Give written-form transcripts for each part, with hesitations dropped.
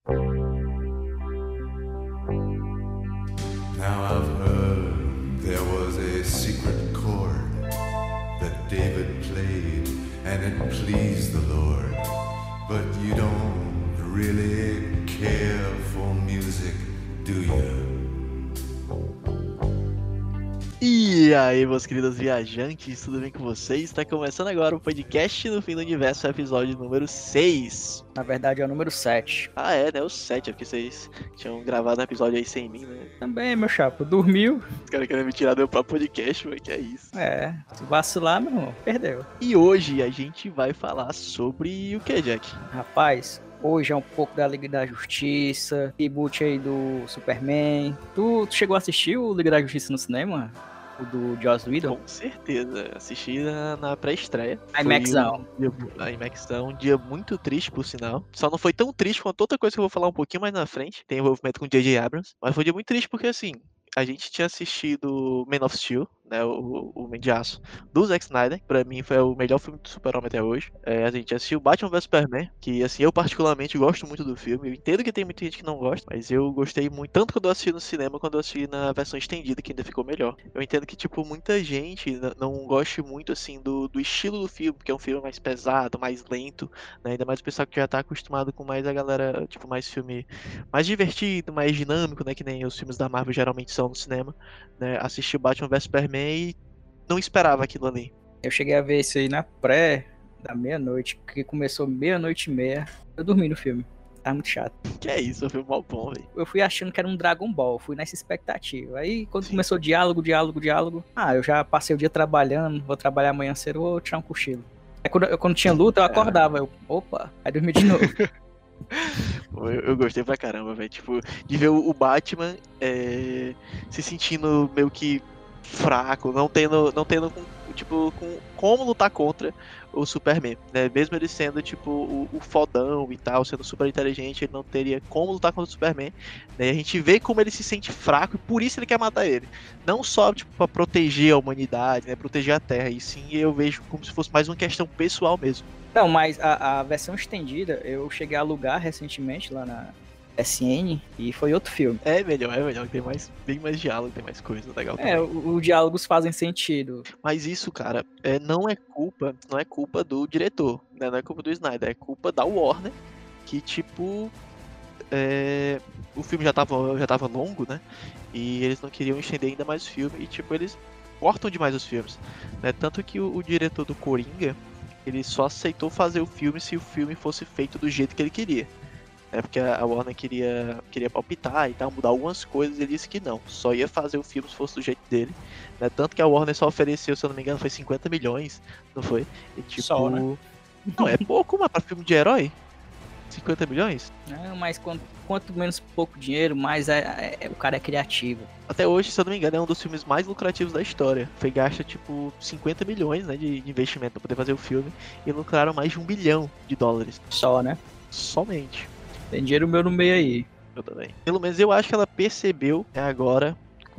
Now I've heard there was a secret chord that David played and it pleased the Lord. But you don't really care for music, do you? E aí, meus queridos viajantes, tudo bem com vocês? Está começando agora o podcast no Fim do Universo, episódio número 6. Na verdade é o número 7. Ah, é, né? O 7, é porque vocês tinham gravado um episódio aí sem mim, né? Também, meu chapa, dormiu. Os caras querem me tirar do meu próprio podcast, mano, que é isso. Se vacilar, meu irmão, perdeu. E hoje a gente vai falar sobre o que, Jack? Rapaz, hoje é um pouco da Liga da Justiça, reboot aí do Superman. Tu chegou a assistir o Liga da Justiça no cinema? O do Joss Whedon? Com certeza, assisti na pré-estreia. IMAXão. IMAXão, um dia muito triste, por sinal. Só não foi tão triste quanto outra coisa que eu vou falar um pouquinho mais na frente. Tem envolvimento com J.J. Abrams. Mas foi um dia muito triste porque, assim, a gente tinha assistido Man of Steel, né, o Homem de Aço, do Zack Snyder. Pra mim foi o melhor filme do Super-Homem até hoje. A gente assistiu Batman vs Superman, que, assim, eu particularmente gosto muito do filme. Eu entendo que tem muita gente que não gosta, mas eu gostei muito, tanto quando eu assisti no cinema, quanto eu assisti na versão estendida, que ainda ficou melhor. Eu entendo que, tipo, muita gente não goste muito, assim, do estilo do filme, porque é um filme mais pesado, mais lento, né, ainda mais o pessoal que já tá acostumado com mais a galera, tipo, mais filme mais divertido, mais dinâmico, né, que nem os filmes da Marvel geralmente são no cinema, né, assisti o Batman vs Superman e não esperava aquilo ali. Eu cheguei a ver isso aí na pré da meia-noite, porque começou meia-noite e meia. Eu dormi no filme. Tá muito chato. Que é isso, é um filme mal bom, velho. Eu fui achando que era um Dragon Ball, fui nessa expectativa. Aí quando Sim. começou diálogo, eu já passei o dia trabalhando, vou trabalhar amanhã cedo, vou tirar um cochilo. Aí quando tinha luta, eu acordava, aí dormi de novo. Eu gostei pra caramba, velho. Tipo, de ver o Batman se sentindo meio que fraco, não tendo como lutar contra o Superman, né? Mesmo ele sendo, tipo, o fodão e tal, sendo super inteligente, ele não teria como lutar contra o Superman, né? E a gente vê como ele se sente fraco e por isso ele quer matar ele. Não só, tipo, pra proteger a humanidade, né? Proteger a Terra, e sim eu vejo como se fosse mais uma questão pessoal mesmo. Não, mas a versão estendida eu cheguei a alugar recentemente lá na SN e foi outro filme. É melhor, tem bem mais diálogo, tem mais coisa legal também. Os diálogos fazem sentido. Mas isso, cara, não é culpa do diretor, né? Não é culpa do Snyder, é culpa da Warner, que tipo, o filme já tava longo, né? E eles não queriam estender ainda mais o filme e tipo, eles cortam demais os filmes, né? Tanto que o diretor do Coringa, ele só aceitou fazer o filme se o filme fosse feito do jeito que ele queria. Porque a Warner queria palpitar e tal, mudar algumas coisas, e ele disse que não, só ia fazer o filme se fosse do jeito dele, né? Tanto que a Warner só ofereceu, se eu não me engano, foi 50 milhões, não foi? E tipo, Só, né? Não, é pouco, mas pra filme de herói, 50 milhões? Não, mas quanto menos pouco dinheiro, mais o cara é criativo. Até hoje, se eu não me engano, é um dos filmes mais lucrativos da história. Foi gasta, tipo, 50 milhões, né, de investimento pra poder fazer o filme, e lucraram mais de $1 bilhão. Só, né? Somente. Tem dinheiro meu no meio aí. Eu também. Pelo menos eu acho que ela percebeu, agora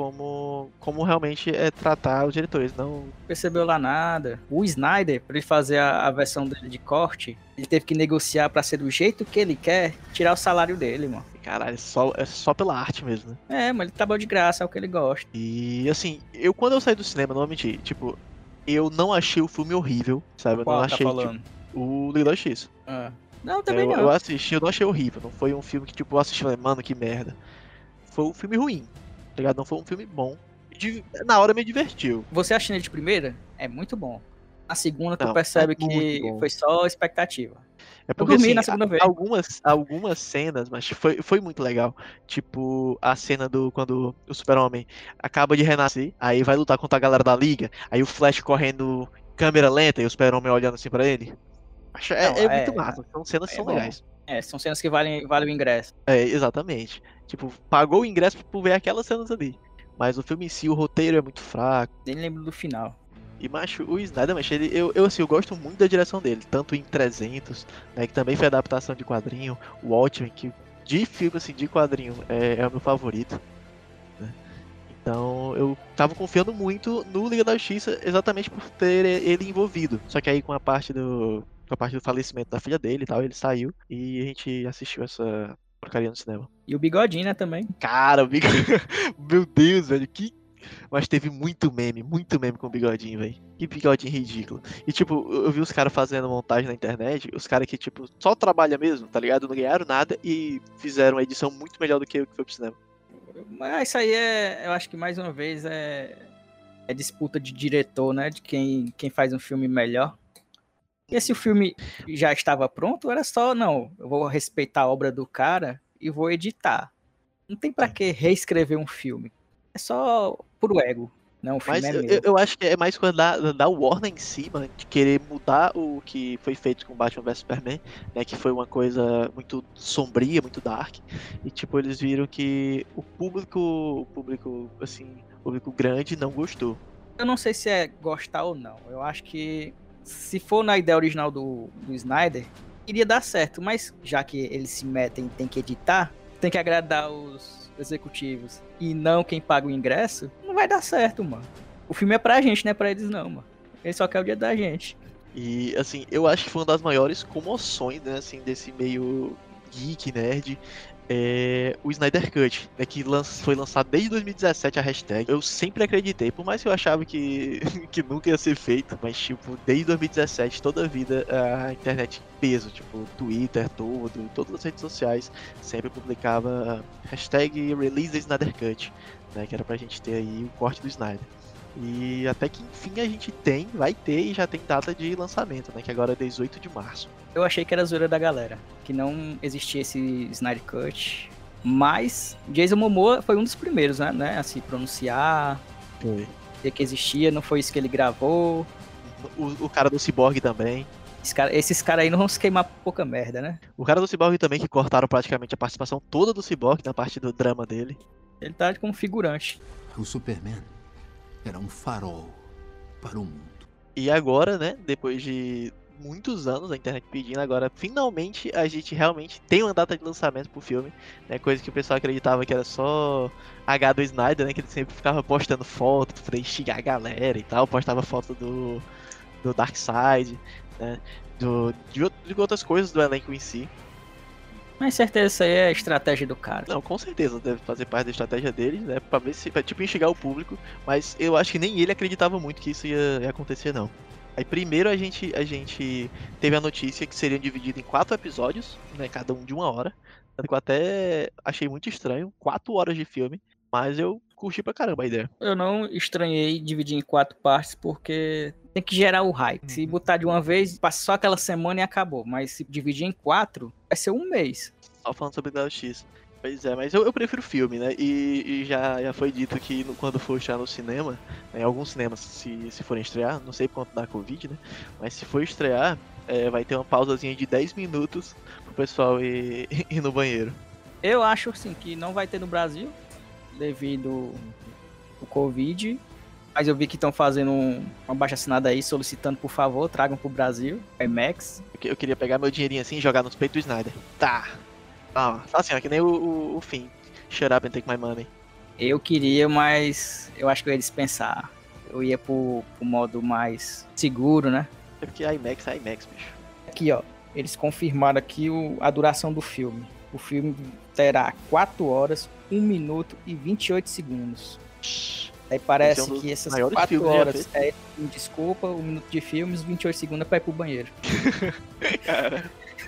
como realmente tratar os diretores, não Percebeu lá nada. O Snyder, pra ele fazer a versão dele de corte, ele teve que negociar pra ser do jeito que ele quer, tirar o salário dele, mano. Caralho, é só pela arte mesmo, né? Mas ele trabalhou de graça, é o que ele gosta. E assim, quando eu saí do cinema, não vou mentir, tipo, eu não achei o filme horrível, sabe? Eu Qual não tá achei falando? Tipo, o Liga da Justiça. Não, também não. Eu assisti, eu não achei horrível. Não foi um filme que, tipo, eu assisti e falei, mano, que merda. Foi um filme ruim, tá ligado? Não foi um filme bom. Na hora me divertiu. Você achando ele de primeira, é muito bom. Na segunda, tu Não, percebe é que muito bom. foi só expectativa. É porque, Eu dormi assim, na segunda vez. algumas cenas, mas foi muito legal. Tipo, a cena quando o Super-Homem acaba de renascer, aí vai lutar contra a galera da Liga, aí o Flash correndo câmera lenta e o Super-Homem olhando assim pra ele. É muito massa, são cenas que são bom. legais. São cenas que valem o ingresso. Exatamente. Tipo, pagou o ingresso pra ver aquelas cenas ali. Mas o filme em si, o roteiro é muito fraco. Nem lembro do final. E, macho, o Snyder, macho, eu gosto muito da direção dele. Tanto em 300, né, que também foi adaptação de quadrinho. O Watchmen, que de filme, assim, de quadrinho, é o meu favorito. Né? Então, eu tava confiando muito no Liga da Justiça, exatamente por ter ele envolvido. Só que aí com a parte do falecimento da filha dele e tal, ele saiu. E a gente assistiu porcaria no cinema. E o Bigodinho, né, também. Cara, o Bigodinho... Meu Deus, velho, que... Mas teve muito meme com o Bigodinho, velho. Que Bigodinho ridículo. E, tipo, eu vi os caras fazendo montagem na internet, os caras que, tipo, só trabalham mesmo, tá ligado? Não ganharam nada e fizeram uma edição muito melhor do que o que foi pro cinema. Mas isso aí eu acho que mais uma vez é disputa de diretor, né? De quem faz um filme melhor. E se o filme já estava pronto, era só, não, eu vou respeitar a obra do cara e vou editar. Não tem pra que reescrever um filme. É só pro ego. Não, o filme Mas é meu. eu acho que é mais coisa da Warner em si, mano, de querer mudar o que foi feito com Batman vs Superman, né, que foi uma coisa muito sombria, muito dark, e tipo, eles viram que o público assim, o público grande não gostou. Eu não sei se é gostar ou não. Eu acho que se for na ideia original do Snyder, iria dar certo, mas já que eles se metem e tem que editar, tem que agradar os executivos e não quem paga o ingresso, não vai dar certo, mano. O filme é pra gente, não é pra eles não, mano. Eles só querem o dia da gente. E assim, eu acho que foi uma das maiores comoções, né, assim, desse meio geek, nerd, o Snyder Cut, né, que foi lançado desde 2017 a hashtag. Eu sempre acreditei, por mais que eu achava que, que nunca ia ser feito, mas tipo, desde 2017, toda a vida, a internet em peso, tipo, Twitter, todas as redes sociais, sempre publicava hashtag Release the Snyder Cut, né, que era pra gente ter aí o corte do Snyder. E até que enfim a gente vai ter e já tem data de lançamento, né? Que agora é 18 de março. Eu achei que era zoeira da galera, que não existia esse Snyder Cut, mas Jason Momoa foi um dos primeiros, né, a se pronunciar, dizer que existia, não foi isso que ele gravou. O cara do Cyborg também. Esses caras aí não vão se queimar por pouca merda, né? O cara do Cyborg também, que cortaram praticamente a participação toda do Cyborg na parte do drama dele. Ele tá como figurante. O Superman era um farol para o mundo. E agora, né, depois de muitos anos a internet pedindo, agora finalmente a gente realmente tem uma data de lançamento pro filme, né, coisa que o pessoal acreditava que era só H do Snyder, né, que ele sempre ficava postando foto pra instigar a galera e tal, postava foto do Darkseid, né, de outras coisas do elenco em si. Mas certeza isso aí é a estratégia do cara. Não, com certeza deve fazer parte da estratégia deles, né? Pra ver se. Pra, tipo, instigar o público. Mas eu acho que nem ele acreditava muito que isso ia acontecer, não. Aí primeiro a gente teve a notícia que seriam divididos em 4 episódios, né? Cada um de 1 hora. Tanto que eu até achei muito estranho. 4 horas de filme. Mas eu curti pra caramba a ideia. Eu não estranhei dividir em 4 partes porque tem que gerar o hype. Se botar de uma vez, passa só aquela semana e acabou. Mas se dividir em 4, vai ser um mês. Só falando sobre Deus X. Pois é, mas eu prefiro filme, né? E já foi dito que quando for estrear no cinema, né, em alguns cinemas, se forem estrear, não sei por conta da Covid, né? Mas se for estrear, vai ter uma pausazinha de 10 minutos pro pessoal ir no banheiro. Eu acho, assim, que não vai ter no Brasil, devido ao Covid. Mas eu vi que estão fazendo uma baixa-assinada aí, solicitando, por favor, tragam pro Brasil, IMAX. Eu queria pegar meu dinheirinho assim e jogar nos peitos do Snyder. Tá. Ah, assim, ó, que nem o fim. Shut up and take my money. Eu queria, mas eu acho que eu ia dispensar. Eu ia pro modo mais seguro, né? É porque IMAX é IMAX, bicho. Aqui, ó, eles confirmaram aqui a duração do filme. O filme terá 4 horas, 1 minuto e 28 segundos. Aí parece que essas 4 horas é desculpa, 1 minuto de filme, os 28 segundos é pra ir pro banheiro. Cara.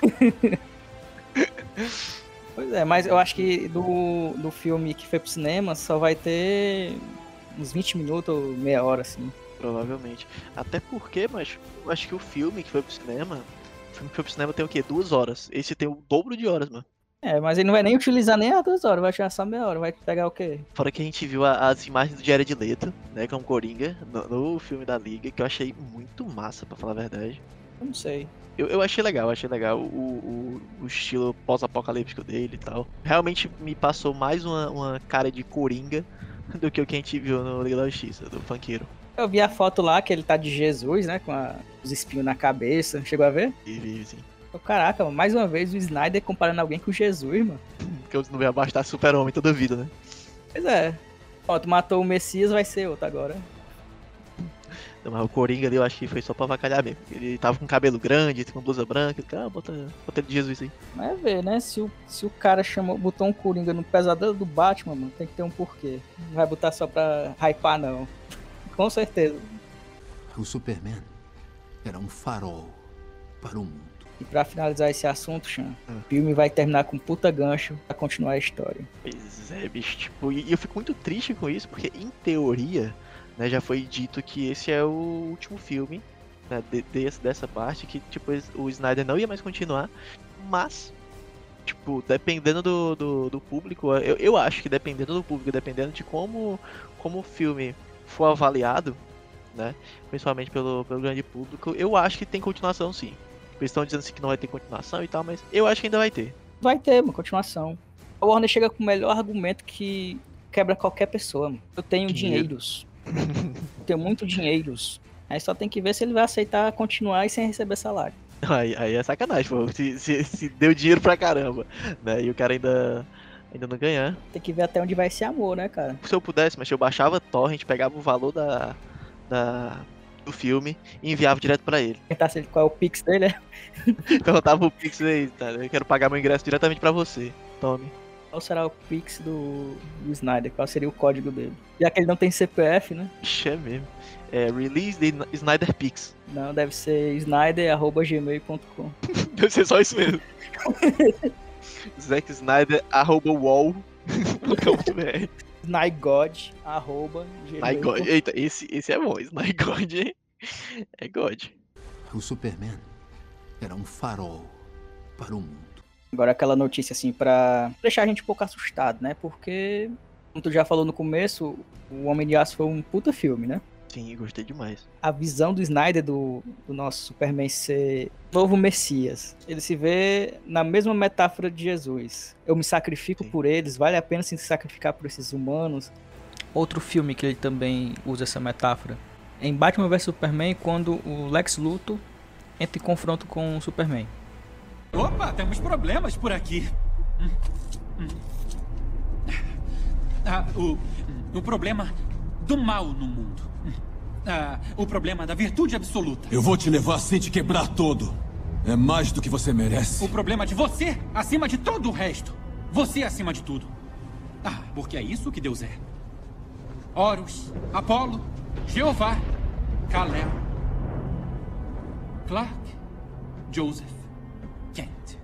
Pois é, mas eu acho que do filme que foi pro cinema só vai ter uns 20 minutos ou meia hora, assim. Provavelmente. Até porque, mas eu acho que o filme que foi pro cinema tem o quê? 2 horas. Esse tem o dobro de horas, mano. É, mas ele não vai nem utilizar nem as 2 horas, vai tirar só meia hora, vai pegar o quê? Fora que a gente viu as imagens do Jared Leto, né, como Coringa, no filme da Liga, que eu achei muito massa, pra falar a verdade. Eu não sei. Eu achei legal o estilo pós-apocalíptico dele e tal. Realmente me passou mais uma cara de Coringa do que o que a gente viu no Liga da Justiça, do funkeiro. Eu vi a foto lá que ele tá de Jesus, né, com os espinhos na cabeça, chegou a ver? Vi, sim. Caraca, mano, mais uma vez o Snyder comparando alguém com Jesus, mano. Porque não vai bastar super-homem toda a vida, né? Pois é. Ó, tu matou o Messias, vai ser outro agora. Mas o Coringa ali eu acho que foi só pra avacalhar mesmo. Ele tava com cabelo grande, com blusa branca. Bota ele de Jesus aí. Mas ver, né? Se o cara botou um Coringa no Pesadelo do Batman, mano, tem que ter um porquê. Não vai botar só pra hypar, não. Com certeza. O Superman era um farol para o mundo. E pra finalizar esse assunto, Chan, o filme vai terminar com um puta gancho pra continuar a história. Pois é, bicho. Tipo, e eu fico muito triste com isso, porque em teoria, né, já foi dito que esse é o último filme, né, dessa parte, que tipo, o Snyder não ia mais continuar, mas, tipo, dependendo do público, eu acho que dependendo do público, dependendo de como o filme for avaliado, né, principalmente pelo grande público, eu acho que tem continuação sim. Eles estão dizendo assim que não vai ter continuação e tal, mas eu acho que ainda vai ter. Vai ter uma continuação. A Warner chega com o melhor argumento que quebra qualquer pessoa, mano. Eu tenho dinheiros. Eu tenho muito dinheiros. Aí só tem que ver se ele vai aceitar continuar e sem receber salário. Aí é sacanagem, pô. Se deu dinheiro pra caramba, né? E o cara ainda não ganhar. Tem que ver até onde vai esse amor, né, cara? Se eu pudesse, mas eu baixava torrent, pegava o valor do filme e enviava direto pra ele. Perguntar qual é o Pix dele, né? Perguntava o Pix aí, tá? Eu quero pagar meu ingresso diretamente pra você. Tome. Qual será o Pix do Snyder? Qual seria o código dele? Já que ele não tem CPF, né? Ixi, é mesmo. É Release the Snyder Pix. Não, deve ser snyder@gmail.com. Deve ser só isso mesmo. Zack Snyder @wall.com.br. Snygod@gmail.com. Eita, esse é bom. Snygod é God. O Superman era um farol para o mundo. Agora aquela notícia assim pra deixar a gente um pouco assustado, né? Porque, como tu já falou no começo, o Homem de Aço foi um puta filme, né? Sim, gostei demais. A visão do Snyder do nosso Superman ser novo Messias. Ele se vê na mesma metáfora de Jesus. Eu me sacrifico por eles, vale a pena se sacrificar por esses humanos. Outro filme que ele também usa essa metáfora. Em Batman vs Superman, quando o Lex Luthor entra em confronto com o Superman. Opa, temos problemas por aqui. O problema do mal no mundo. O problema da virtude absoluta. Eu vou te levar sem te quebrar todo. É mais do que você merece. O problema de você acima de todo o resto. Você acima de tudo. Porque é isso que Deus é. Horus, Apolo, Jeová, Kal-El, Clark, Joseph, Kent.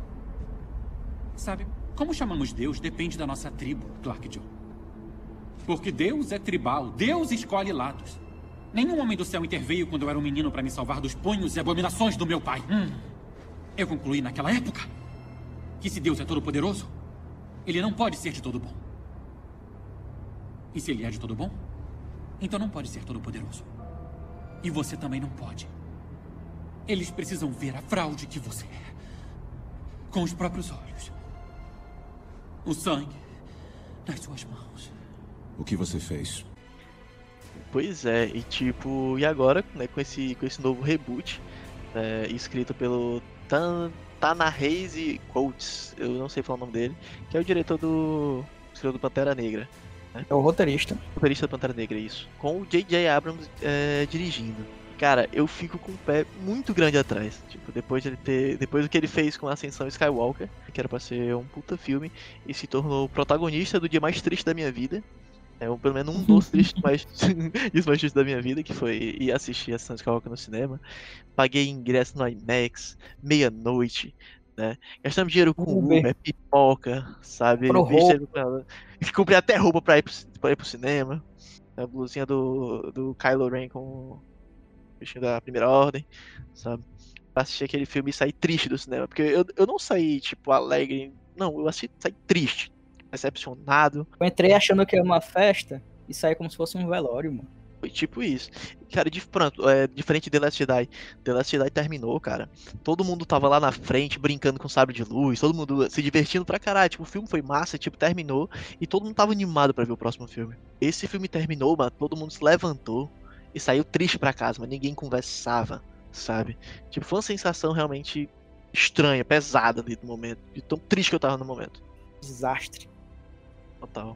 Sabe, como chamamos Deus depende da nossa tribo, Clark Joe. Porque Deus é tribal, Deus escolhe lados. Nenhum homem do céu interveio quando eu era um menino para me salvar dos punhos e abominações do meu pai. Eu concluí naquela época que se Deus é todo poderoso, ele não pode ser de todo bom. E se ele é de todo bom, então não pode ser todo poderoso. E você também não pode. Eles precisam ver a fraude que você é. Com os próprios olhos. O sangue nas suas mãos. O que você fez? Pois é, e tipo, e agora, né, com esse novo reboot, escrito pelo Ta-Nehisi Coates, eu não sei falar o nome dele, que é o diretor do Pantera Negra. Né? É o roteirista. O roteirista do Pantera Negra, isso. Com o J.J. Abrams dirigindo. Cara, eu fico com o pé muito grande atrás. Tipo, depois do que ele fez com a Ascensão Skywalker, que era pra ser um puta filme, e se tornou o protagonista do dia mais triste da minha vida. Pelo menos um dos dias mais tristes da minha vida, que foi ir assistir a Ascensão Skywalker no cinema. Paguei ingresso no IMAX, meia-noite, né? Gastamos dinheiro com Uber, pipoca, sabe? Comprei até roupa pra ir pro cinema. A blusinha do Kylo Ren com o bichinho da Primeira Ordem, sabe? Pra assistir aquele filme e sair triste do cinema. Porque eu não saí, tipo, alegre. Não, eu saí triste, decepcionado. Eu entrei achando que era uma festa e saí como se fosse um velório, mano. Foi tipo isso. Cara, diferente de The Last Jedi. The Last Jedi terminou, cara. Todo mundo tava lá na frente, brincando com sabre de luz, todo mundo se divertindo pra caralho. Tipo, o filme foi massa, tipo, terminou, e todo mundo tava animado pra ver o próximo filme. Esse filme terminou, mano, todo mundo se levantou e saiu triste pra casa, mas ninguém conversava, sabe? Tipo, foi uma sensação realmente estranha, pesada ali no momento. De tão triste que eu tava no momento. Desastre. Total.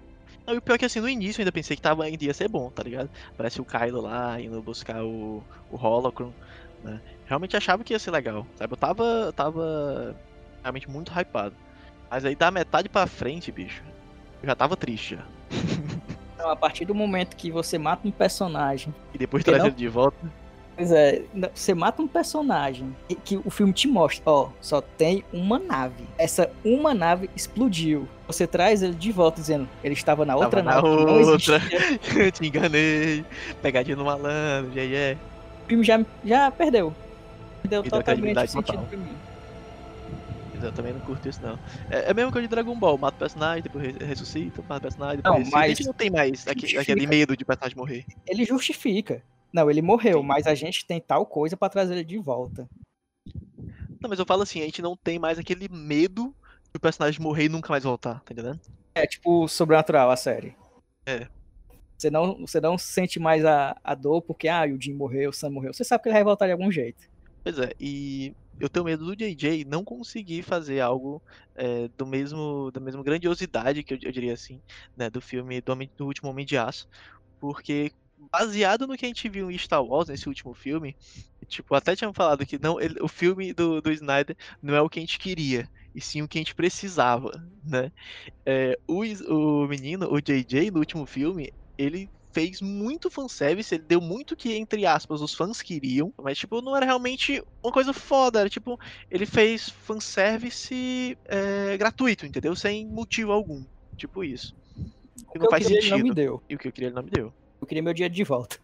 Não, e o pior é que assim, no início eu ainda pensei que ainda ia ser bom, tá ligado? Parece o Kylo lá indo buscar o Holocron, né? Realmente achava que ia ser legal, sabe? Eu tava realmente muito hypado. Mas aí da metade pra frente, bicho, eu já tava triste já. Então, a partir do momento que você mata um personagem, E depois Que traz não- ele de volta. pois é, você mata um personagem e que o filme te mostra, ó, só tem uma nave. Essa uma nave explodiu. Você traz ele de volta dizendo, ele estava na outra Tava na nave que não outra. existia. Te enganei. Pegadinha no malandro, yeah. O filme já perdeu. Perdeu Me deu totalmente o credibilidade sentido total. pra mim. Eu também não curto isso, não. É a mesma coisa de Dragon Ball. Mata o personagem, depois ressuscita, mata o personagem, depois Não, ressuscita. A gente mas não tem mais aquele medo de personagem morrer. ele justifica. Não, ele morreu, Sim. mas a gente tem tal coisa pra trazer ele de volta. Não, mas eu falo assim, a gente não tem mais aquele medo de o personagem morrer e nunca mais voltar, tá entendendo? É tipo Sobrenatural, a série. É. Você não sente mais a dor porque, o Jim morreu, o Sam morreu. Você sabe que ele vai voltar de algum jeito. Pois é, e eu tenho medo do JJ não conseguir fazer algo da mesma grandiosidade, que eu diria assim, né, do filme do Último Homem de Aço, porque baseado no que a gente viu em Star Wars, nesse último filme, tipo, até tinham falado que não, o filme do Snyder não é o que a gente queria, e sim o que a gente precisava, né? O menino, o JJ, no último filme, ele fez muito fanservice, ele deu muito que, entre aspas, os fãs queriam, mas, tipo, não era realmente uma coisa foda, era, tipo, ele fez fanservice gratuito, entendeu? Sem motivo algum, tipo isso. O E que não eu faz queria, ele não me sentido. deu. E o que eu queria, ele não me deu. Eu queria meu dinheiro de volta.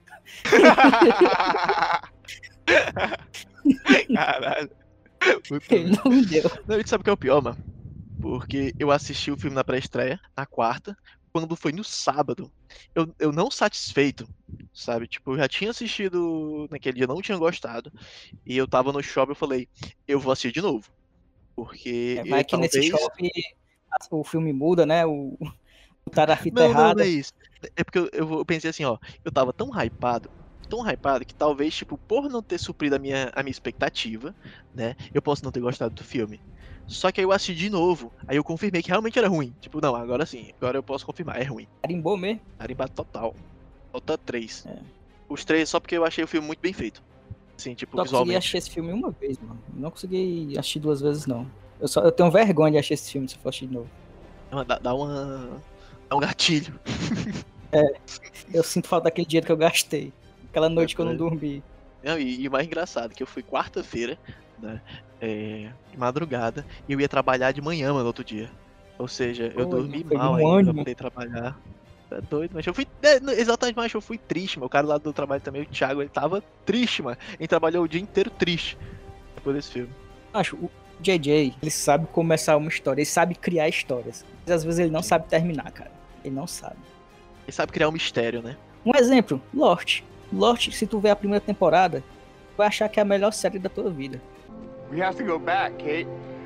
Caralho. Ele não me deu. Não, e tu sabe o que é o pior, mano? Porque eu assisti o filme na pré-estreia, na quarta, quando foi no sábado. Eu não satisfeito, sabe? Tipo, eu já tinha assistido naquele dia, não tinha gostado. E eu tava no shopping, eu falei, eu vou assistir de novo. Porque Vai que nesse talvez... shopping o filme muda, né? O tá a fita Não, errada. não é isso. É porque eu pensei assim, ó, eu tava tão hypado, que talvez, tipo, por não ter suprido a minha expectativa, né, eu posso não ter gostado do filme. Só que aí eu assisti de novo, aí eu confirmei que realmente era ruim. Tipo, não, agora sim, agora eu posso confirmar, é ruim. Carimbou mesmo. Arimbado total. Falta 3. É. Os 3 só porque eu achei o filme muito bem feito. Assim, tipo, Só consegui visualmente. assistir esse filme uma vez, mano. Não consegui assistir 2 vezes, não. Eu tenho vergonha de assistir esse filme se eu for assistir de nomo. Dá um gatilho. Eu sinto falta daquele dinheiro que eu gastei. Aquela noite que eu não dormi. Não, e o mais engraçado, que eu fui quarta-feira, né, de madrugada, e eu ia trabalhar de manhã, mano, no outro dia. Ou seja, eu Pô, dormi foi mal um ainda pra ânimo. poder trabalhar. Tá doido, mas eu fui. Exatamente, mas eu fui triste, mano. O cara lá do trabalho também, o Thiago, ele tava triste, mano. Ele trabalhou o dia inteiro triste depois desse filme. Acho, o JJ, ele sabe começar uma história, ele sabe criar histórias. Mas às vezes ele não sabe terminar, cara. Ele não sabe. Ele sabe criar um mistério, né? Um exemplo, Lost. Lost, se tu ver a primeira temporada, vai achar que é a melhor série da tua vida. We have to go back, Kate.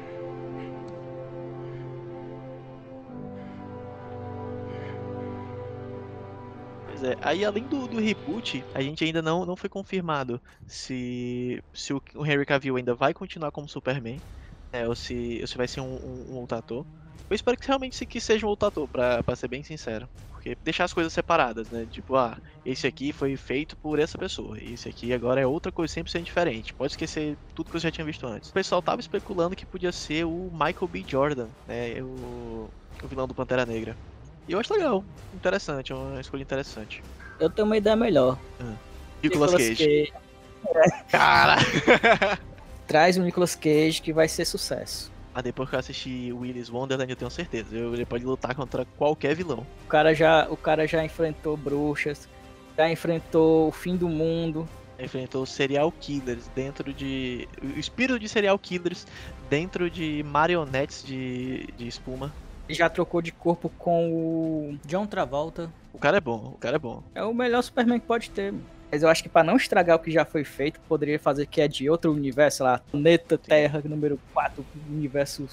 Pois é, aí além do reboot, a gente ainda não foi confirmado se o Henry Cavill ainda vai continuar como Superman, né, ou se vai ser um outro ator. Eu espero que realmente que seja um outro ator, pra ser bem sincero. Porque deixar as coisas separadas, né? Tipo, esse aqui foi feito por essa pessoa, esse aqui agora é outra coisa 100% diferente. Pode esquecer tudo que você já tinha visto antes. O pessoal tava especulando que podia ser o Michael B. Jordan, né? O vilão do Pantera Negra. E eu acho legal, interessante, é uma escolha interessante. Eu tenho uma ideia melhor. Nicolas Cage. Cara! Traz o Nicolas Cage que vai ser sucesso. Mas depois que eu assisti Willy's Wonderland, eu tenho certeza. Ele pode lutar contra qualquer vilão. O cara já enfrentou bruxas, já enfrentou o fim do mundo. Enfrentou serial killers dentro de... O espírito de serial killers dentro de marionetes de espuma. Ele já trocou de corpo com o John Travolta. O cara é bom, o cara é bom. É o melhor Superman que pode ter. Mas eu acho que pra não estragar o que já foi feito, poderia fazer que é de outro universo, sei lá, Planeta Terra número 4, universo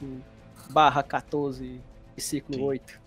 5/14, ciclo 8.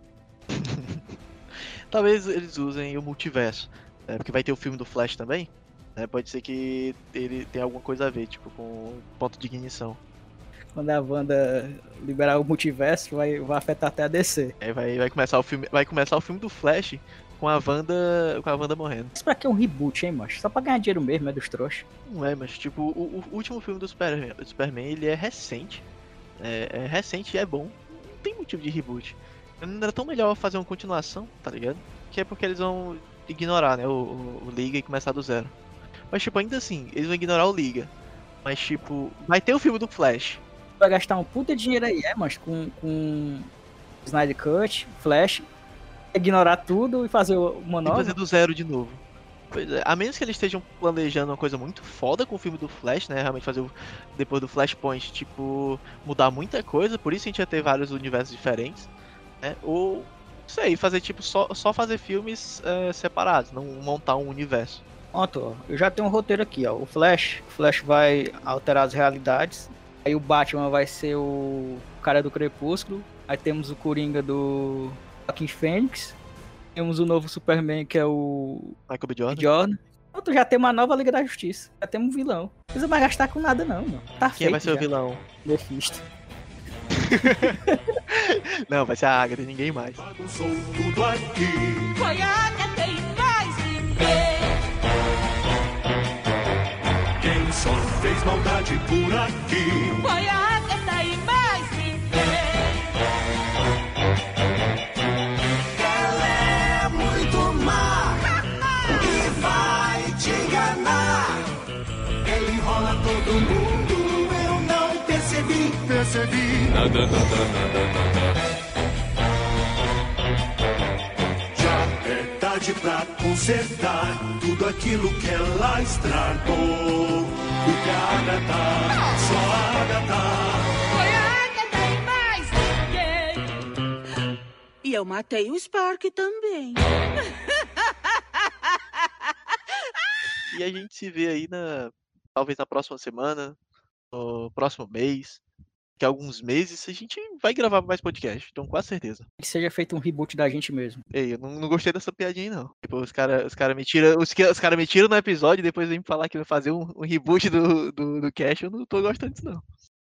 Talvez eles usem o multiverso, né? Porque vai ter o filme do Flash também, né? Pode ser que ele tenha alguma coisa a ver, tipo, com ponto de ignição. Quando a Wanda liberar o multiverso, vai afetar até a DC. Aí vai começar o filme do Flash com a Wanda morrendo. Isso pra que um reboot, hein, macho? Só pra ganhar dinheiro mesmo, é dos trouxas. Não é, mas tipo, o último filme do Superman, ele é recente. É recente e é bom. Não tem motivo de reboot. Não era tão melhor fazer uma continuação, tá ligado? Que é porque eles vão ignorar, né, o Liga e começar do zero. Mas tipo, ainda assim, eles vão ignorar o Liga. Mas tipo, vai ter o filme do Flash. Vai gastar um puta dinheiro aí, macho, com Snyder Cut, Flash, ignorar tudo e fazer uma E nova. fazer do zero de novo. Pois é, a menos que eles estejam planejando uma coisa muito foda com o filme do Flash, né? Realmente fazer depois do Flashpoint, tipo, mudar muita coisa, por isso a gente ia ter vários universos diferentes, né? Ou, não sei, fazer tipo, só fazer filmes separados, não montar um universo. Pronto, ó, eu já tenho um roteiro aqui, ó. O Flash vai alterar as realidades. Aí o Batman vai ser o cara do Crepúsculo. Aí temos o Coringa do Joaquin Phoenix. Temos o novo Superman, que é o Michael B. Jordan. Jordan. Pronto, já tem uma nova Liga da Justiça. Já temos um vilão. Não precisa mais gastar com nada, não, mano. Tá Quem feito vai ser já. o vilão? Mephisto. Não, vai ser a Agatha, ninguém mais. Sou tudo aqui. Foi a Agatha e mais ninguém. Quem só fez maldade por aqui. Foi a Agatha e mais ninguém. Ela é muito má e vai te enganar. Ela enrola todo mundo, eu não percebi. Nada. Já é tarde pra consertar tudo aquilo que ela estragou. Porque a Agatha, só a Agatha. Foi a Agatha e mais ninguém. E eu matei o Spark também. E a gente se vê aí talvez na próxima semana, no próximo mês, que alguns meses a gente vai gravar mais podcast, então com certeza. Que seja feito um reboot da gente mesmo. Ei, eu não gostei dessa piadinha não. Tipo, os cara me tiram no episódio e depois vem me falar que vai fazer um reboot do cast, eu não tô gostando disso não.